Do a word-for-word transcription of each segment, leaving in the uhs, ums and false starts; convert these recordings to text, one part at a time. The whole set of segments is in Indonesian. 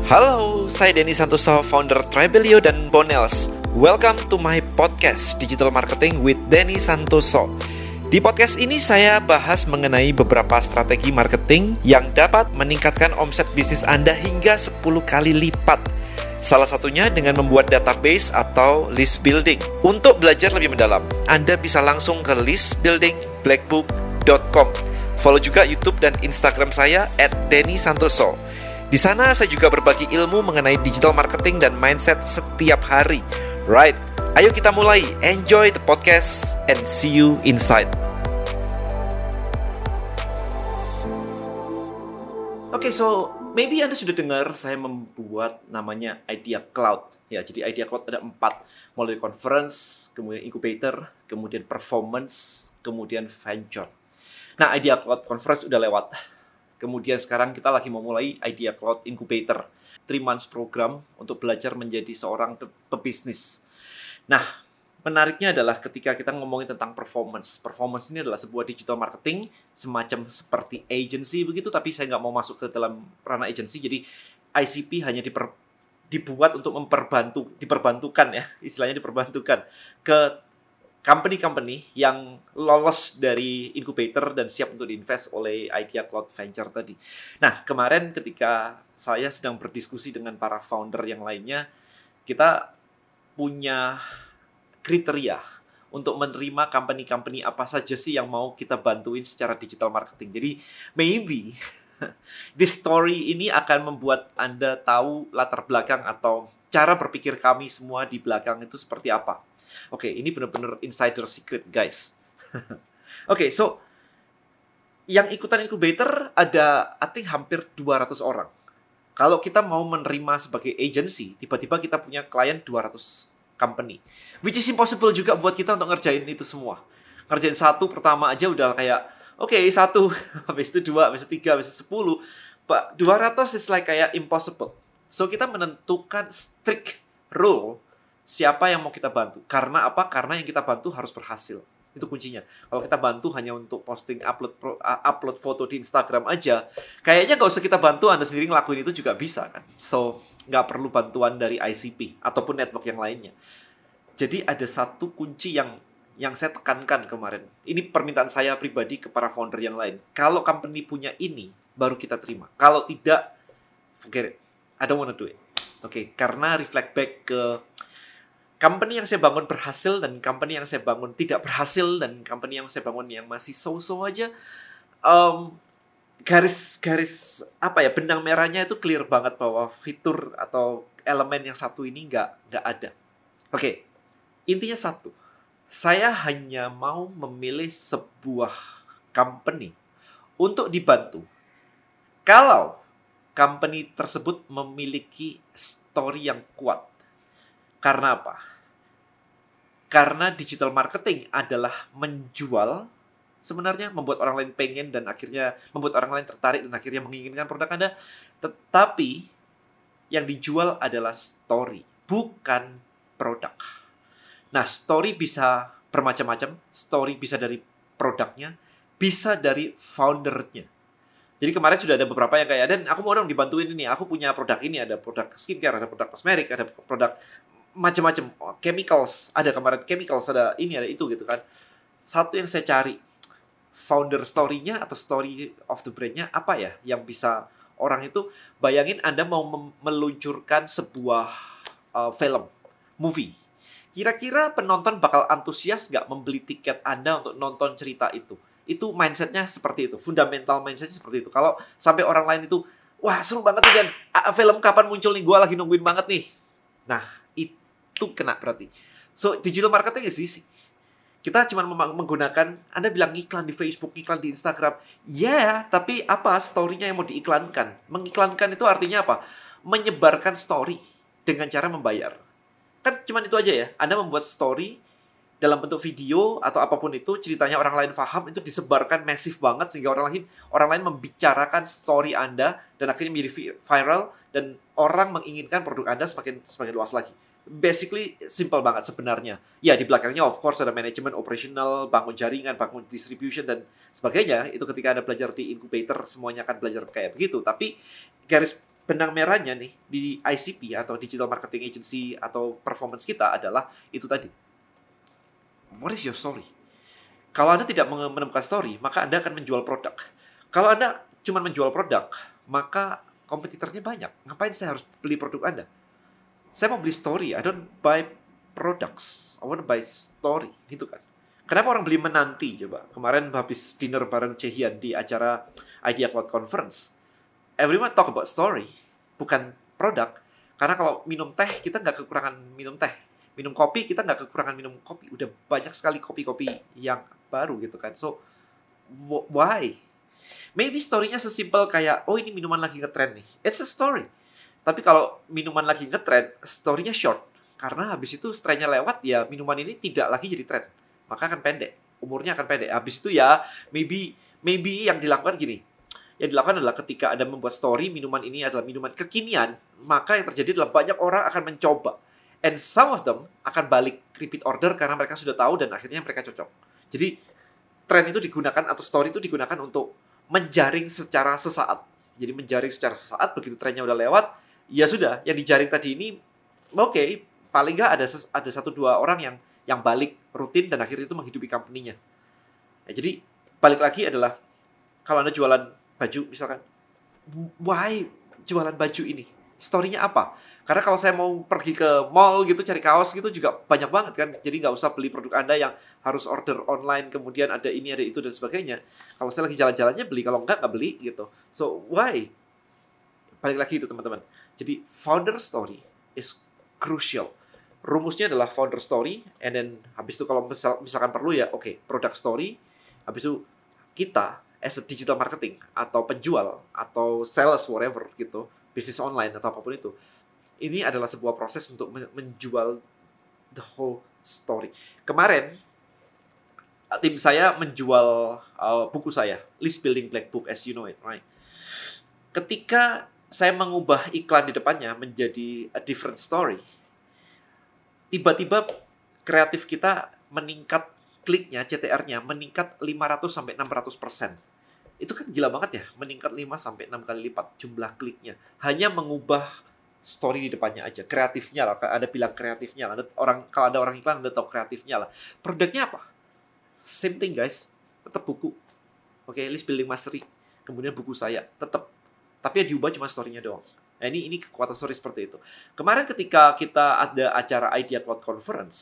Halo, saya Denny Santoso, founder Tribelio dan Bonels. Welcome to my podcast, Digital Marketing with Denny Santoso. Di podcast ini saya bahas mengenai beberapa strategi marketing yang dapat meningkatkan omset bisnis Anda hingga sepuluh kali lipat. Salah satunya dengan membuat database atau list building. Untuk belajar lebih mendalam, Anda bisa langsung ke list building blackbook dot com. Follow juga YouTube dan Instagram saya at denny santoso. Di sana saya juga berbagi ilmu mengenai digital marketing dan mindset setiap hari. Right, ayo kita mulai. Enjoy the podcast and see you inside. Oke, okay, so maybe Anda sudah dengar saya membuat namanya Idea Cloud. Ya, jadi Idea Cloud ada empat, mulai conference, kemudian incubator, kemudian performance, kemudian venture. Nah, Idea Cloud conference udah lewat. Kemudian sekarang kita lagi mau mulai Idea Cloud Incubator, three months program untuk belajar menjadi seorang pe- pebisnis. Nah, menariknya adalah ketika kita ngomongin tentang performance. Performance ini adalah sebuah digital marketing, semacam seperti agency begitu, tapi saya nggak mau masuk ke dalam ranah agency, jadi I C P hanya diper, dibuat untuk memperbantu, diperbantukan ya, istilahnya diperbantukan ke company-company yang lolos dari incubator dan siap untuk diinvest oleh Idea Cloud Venture tadi. Nah, kemarin ketika saya sedang berdiskusi dengan para founder yang lainnya, kita punya kriteria untuk menerima company-company apa saja sih yang mau kita bantuin secara digital marketing. Jadi, maybe this story ini akan membuat Anda tahu latar belakang atau cara berpikir kami semua di belakang itu seperti apa. Oke, okay, ini benar-benar insider secret, guys. Oke, okay, so yang ikutan incubator ada, I think, hampir dua ratus orang. Kalau kita mau menerima sebagai agency, tiba-tiba kita punya klien dua ratus company. Which is impossible juga buat kita untuk ngerjain itu semua. Ngerjain satu pertama aja udah kayak, oke, okay, satu, habis itu dua, habis itu tiga, habis itu sepuluh. But dua ratus is like kayak impossible. So, kita menentukan strict rule siapa yang mau kita bantu. Karena apa? Karena yang kita bantu harus berhasil. Itu kuncinya. Kalau kita bantu hanya untuk posting, upload upload foto di Instagram aja, kayaknya nggak usah kita bantu, Anda sendiri ngelakuin itu juga bisa kan. So, nggak perlu bantuan dari I C P ataupun network yang lainnya. Jadi ada satu kunci yang yang saya tekankan kemarin. Ini permintaan saya pribadi ke para founder yang lain. Kalau company punya ini, baru kita terima. Kalau tidak, forget it. I don't wanna do it. Oke, okay, karena reflect back ke company yang saya bangun berhasil dan company yang saya bangun tidak berhasil dan company yang saya bangun yang masih so-so aja, um, garis-garis apa ya, benang merahnya itu clear banget bahwa fitur atau elemen yang satu ini nggak nggak ada. Oke, okay. Intinya satu, saya hanya mau memilih sebuah company untuk dibantu kalau company tersebut memiliki story yang kuat. Karena apa? Karena digital marketing adalah menjual, sebenarnya membuat orang lain pengen dan akhirnya membuat orang lain tertarik dan akhirnya menginginkan produk Anda. Tetapi yang dijual adalah story, bukan produk. Nah, story bisa bermacam-macam. Story bisa dari produknya, bisa dari foundernya. Jadi kemarin sudah ada beberapa yang kayak, dan aku mau dong dibantuin ini. Aku punya produk ini, ada produk skincare, ada produk kosmetik, ada produk macam-macam, chemicals, ada kemarin chemicals, ada ini, ada itu gitu kan. Satu yang saya cari, founder story-nya atau story of the brand-nya apa ya, yang bisa orang itu, bayangin Anda mau mem- meluncurkan sebuah uh, film, movie. Kira-kira penonton bakal antusias nggak membeli tiket Anda untuk nonton cerita itu? Itu mindset-nya seperti itu, fundamental mindset-nya seperti itu. Kalau sampai orang lain itu, wah seru banget nih, Dan, film kapan muncul nih, gue lagi nungguin banget nih. Nah, itu kena berarti. So, digital marketing is easy. Kita cuma mem- menggunakan, Anda bilang iklan di Facebook, iklan di Instagram. Ya, yeah, tapi apa story-nya yang mau diiklankan? Mengiklankan itu artinya apa? Menyebarkan story dengan cara membayar. Kan cuma itu aja ya. Anda membuat story dalam bentuk video atau apapun itu, ceritanya orang lain paham, itu disebarkan masif banget sehingga orang lain orang lain membicarakan story Anda dan akhirnya menjadi viral dan orang menginginkan produk Anda semakin semakin luas lagi. Basically simple banget sebenarnya. Ya, di belakangnya of course ada manajemen operasional, bangun jaringan, bangun distribution dan sebagainya. Itu ketika Anda belajar di incubator semuanya akan belajar kayak begitu. Tapi garis benang merahnya nih di I C P atau Digital Marketing Agency atau performance kita adalah itu tadi. What is your story? Kalau Anda tidak menemukan story, maka Anda akan menjual produk. Kalau Anda cuma menjual produk, maka kompetitornya banyak. Ngapain saya harus beli produk Anda? Saya mau beli story, I don't buy products. I want to buy story, gitu kan. Kenapa orang beli menanti, coba? Kemarin habis dinner bareng Cehian di acara Idea Cloud Conference. Everyone talk about story, bukan produk. Karena kalau minum teh, kita nggak kekurangan minum teh. Minum kopi, kita nggak kekurangan minum kopi. Udah banyak sekali kopi-kopi yang baru gitu kan. So, why? Maybe story-nya sesimpel kayak, oh ini minuman lagi ngetrend nih. It's a story. Tapi kalau minuman lagi ngetrend, story-nya short. Karena habis itu trennya lewat, ya minuman ini tidak lagi jadi trend. Maka akan pendek. Umurnya akan pendek. Habis itu ya, maybe maybe yang dilakukan gini. Yang dilakukan adalah ketika Anda membuat story, minuman ini adalah minuman kekinian, maka yang terjadi adalah banyak orang akan mencoba. And some of them akan balik repeat order karena mereka sudah tahu dan akhirnya mereka cocok. Jadi, tren itu digunakan atau story itu digunakan untuk menjaring secara sesaat. Jadi menjaring secara sesaat, begitu trennya udah lewat, ya sudah, yang dijaring tadi ini, oke, okay, paling nggak ada ada satu dua orang yang yang balik rutin dan akhirnya itu menghidupi company-nya. Nah, jadi balik lagi adalah kalau Anda jualan baju misalkan, why jualan baju ini? Story-nya apa? Karena kalau saya mau pergi ke mall gitu cari kaos gitu juga banyak banget kan. Jadi nggak usah beli produk Anda yang harus order online kemudian ada ini ada itu dan sebagainya. Kalau saya lagi jalan-jalannya beli, kalau enggak nggak beli gitu. So why? Balik lagi itu teman-teman. Jadi founder story is crucial. Rumusnya adalah founder story, and then habis itu kalau misal, misalkan perlu ya, oke, okay, product story. Habis itu kita as a digital marketing atau penjual atau sales whatever gitu, bisnis online atau apapun itu. Ini adalah sebuah proses untuk menjual the whole story. Kemarin tim saya menjual uh, buku saya, List Building Black Book as you know it, right? Ketika saya mengubah iklan di depannya menjadi a different story, tiba-tiba kreatif kita meningkat, kliknya, C T R-nya meningkat lima ratus sampai enam ratus persen. Itu kan gila banget ya, meningkat lima sampai enam kali lipat jumlah kliknya. Hanya mengubah story di depannya aja, kreatifnya lah, ada bilang kreatifnya lah. Ada orang, kalau ada orang iklan, Anda tahu kreatifnya lah. Produknya apa? Same thing guys, tetap buku. Oke, okay, List Building Mastery. Kemudian buku saya, tetap. Tapi yang diubah cuma story-nya doang. Nah, ini ini kekuatan story seperti itu. Kemarin ketika kita ada acara Idea Cloud Conference,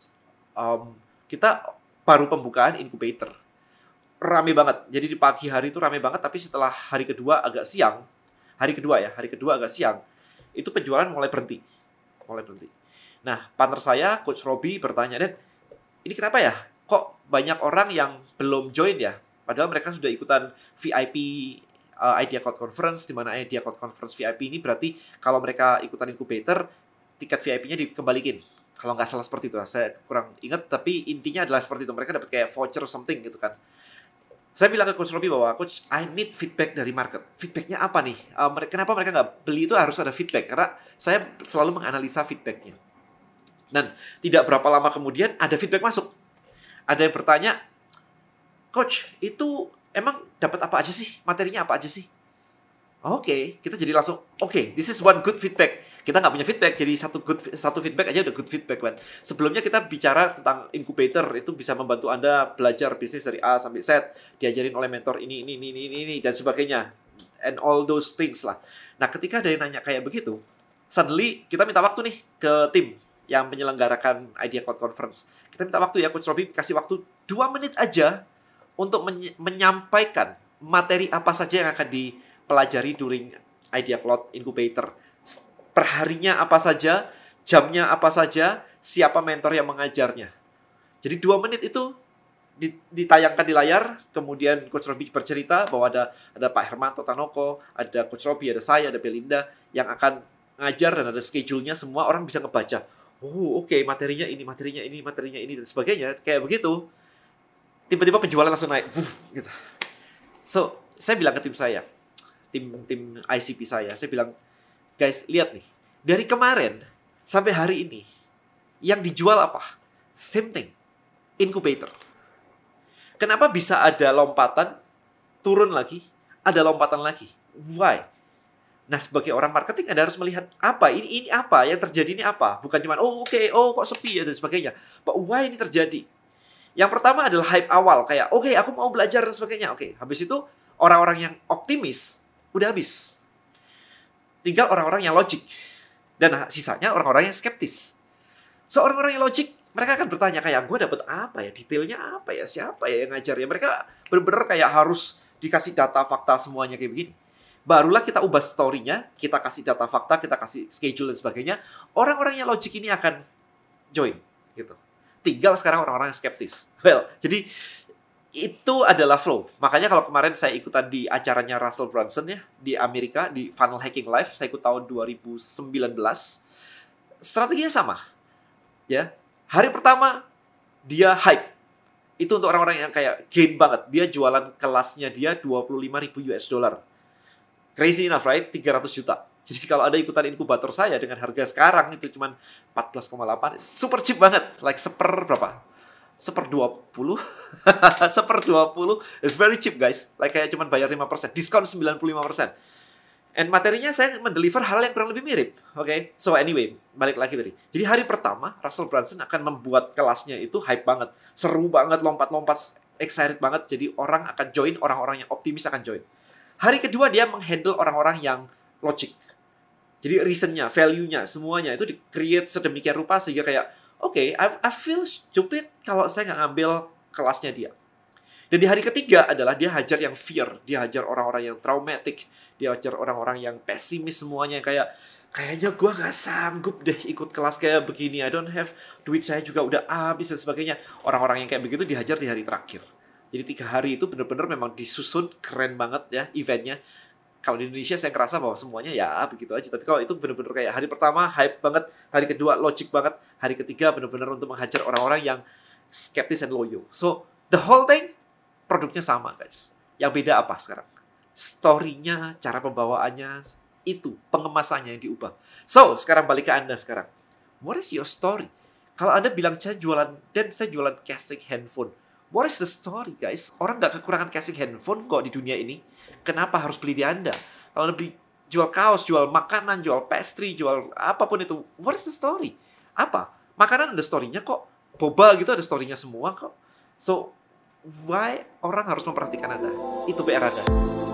um, kita baru pembukaan incubator. Rame banget. Jadi di pagi hari itu rame banget, tapi setelah hari kedua agak siang, hari kedua ya, hari kedua agak siang, itu penjualan mulai berhenti. Mulai berhenti. Nah, partner saya, Coach Robi, bertanya, Dan, ini kenapa ya? Kok banyak orang yang belum join ya? Padahal mereka sudah ikutan V I P uh, Idea Cloud Conference, di mana Idea Cloud Conference V I P ini berarti kalau mereka ikutan incubator, tiket V I P-nya dikembalikan. Kalau nggak salah seperti itu, saya kurang ingat, tapi intinya adalah seperti itu. Mereka dapat kayak voucher or something gitu kan. Saya bilang ke Coach Robi bahwa, Coach, I need feedback dari market. Feedbacknya apa nih? Uh, kenapa mereka nggak beli itu harus ada feedback? Karena saya selalu menganalisa feedbacknya. Dan tidak berapa lama kemudian ada feedback masuk. Ada yang bertanya, Coach, itu emang dapat apa aja sih? Materinya apa aja sih? Oke, okay, kita jadi langsung, oke, okay, this is one good feedback. Kita nggak punya feedback, jadi satu good satu feedback aja udah good feedback kan. Sebelumnya kita bicara tentang incubator, itu bisa membantu Anda belajar bisnis dari A sampai Z, diajarin oleh mentor ini, ini, ini, ini, ini, dan sebagainya. And all those things lah. Nah, ketika ada yang nanya kayak begitu, suddenly kita minta waktu nih ke tim yang menyelenggarakan Idea Cloud Conference. Kita minta waktu ya, Coach Robi kasih waktu dua menit aja untuk menye- menyampaikan materi apa saja yang akan dipelajari during Idea Cloud Incubator. Perharinya apa saja, jamnya apa saja, siapa mentor yang mengajarnya. Jadi dua menit itu ditayangkan di layar, kemudian Coach Robi bercerita bahwa ada ada Pak Hermanto Tanoko, ada Coach Robi, ada saya, ada Belinda yang akan ngajar dan ada schedule-nya, semua orang bisa ngebaca. Oh, oke, okay, materinya ini, materinya ini, materinya ini dan sebagainya. Kayak begitu. Tiba-tiba penjualan langsung naik. Wuff, gitu. So, saya bilang ke tim saya, tim tim I C P saya, saya bilang, guys, lihat nih, dari kemarin sampai hari ini, yang dijual apa? Same thing, incubator. Kenapa bisa ada lompatan, turun lagi, ada lompatan lagi? Why? Nah, sebagai orang marketing Anda harus melihat apa ini ini apa yang terjadi, ini apa. Bukan cuma oh oke, okay, oh kok sepi ya dan sebagainya. But why ini terjadi? Yang pertama adalah hype awal kayak oke, okay, aku mau belajar dan sebagainya. Oke, okay. Habis itu orang-orang yang optimis udah habis. Tinggal orang-orang yang logik. Dan sisanya orang-orang yang skeptis. So, orang-orang yang logik, mereka akan bertanya kayak, gue dapet apa ya? Detailnya apa ya? Siapa ya yang ngajar ya? Mereka bener-bener kayak harus dikasih data, fakta, semuanya kayak begini. Barulah kita ubah story-nya, kita kasih data, fakta, kita kasih schedule dan sebagainya. Orang-orang yang logik ini akan join. Gitu. Tinggal sekarang orang-orang yang skeptis. Well, jadi itu adalah flow. Makanya kalau kemarin saya ikutan di acaranya Russell Brunson ya, di Amerika, di Funnel Hacking Live, saya ikut tahun dua ribu sembilan belas. Strateginya sama. Ya. Hari pertama, dia hype. Itu untuk orang-orang yang kayak gain banget. Dia jualan kelasnya dia dua puluh lima ribu U S dollar. Crazy enough, right? tiga ratus juta. Jadi kalau ada ikutan inkubator saya dengan harga sekarang itu cuma empat belas koma delapan. Super cheap banget. Like seper berapa? Seper dua puluh. Seper dua puluh. It's very cheap, guys. Like kayak cuma bayar lima persen. Diskon sembilan puluh lima persen. And materinya saya mendeliver hal yang kurang lebih mirip. Oke? Okay? So anyway, balik lagi tadi. Jadi hari pertama, Russell Brunson akan membuat kelasnya itu hype banget. Seru banget, lompat-lompat, excited banget. Jadi orang akan join, orang-orang yang optimis akan join. Hari kedua, dia menghandle orang-orang yang logic. Jadi reasonnya, value-nya, semuanya itu di-create sedemikian rupa sehingga kayak oke, okay, I, I feel stupid kalau saya nggak ngambil kelasnya dia. Dan di hari ketiga adalah dia hajar yang fear. Dia hajar orang-orang yang traumatic. Dia hajar orang-orang yang pesimis semuanya. Kayak, kayaknya gue nggak sanggup deh ikut kelas kayak begini. I don't have, duit saya juga udah habis dan sebagainya. Orang-orang yang kayak begitu dihajar di hari terakhir. Jadi tiga hari itu bener-bener memang disusun keren banget ya eventnya. Kalau di Indonesia saya ngerasa bahwa semuanya ya begitu aja. Tapi kalau itu benar-benar kayak hari pertama hype banget, hari kedua logic banget, hari ketiga benar-benar untuk menghajar orang-orang yang skeptis dan loyo. So, the whole thing, produknya sama guys. Yang beda apa sekarang? Story-nya, cara pembawaannya, itu pengemasannya yang diubah. So, sekarang balik ke Anda sekarang. What is your story? Kalau Anda bilang saya jualan, dan saya jualan casing handphone. What is the story, guys? Orang nggak kekurangan casing handphone kok di dunia ini. Kenapa harus beli di Anda? Kalau Anda beli jual kaos, jual makanan, jual pastry, jual apapun itu, what is the story? Apa? Makanan ada story-nya kok. Boba gitu ada story-nya semua kok. So, why orang harus memperhatikan Anda? Itu P R Anda.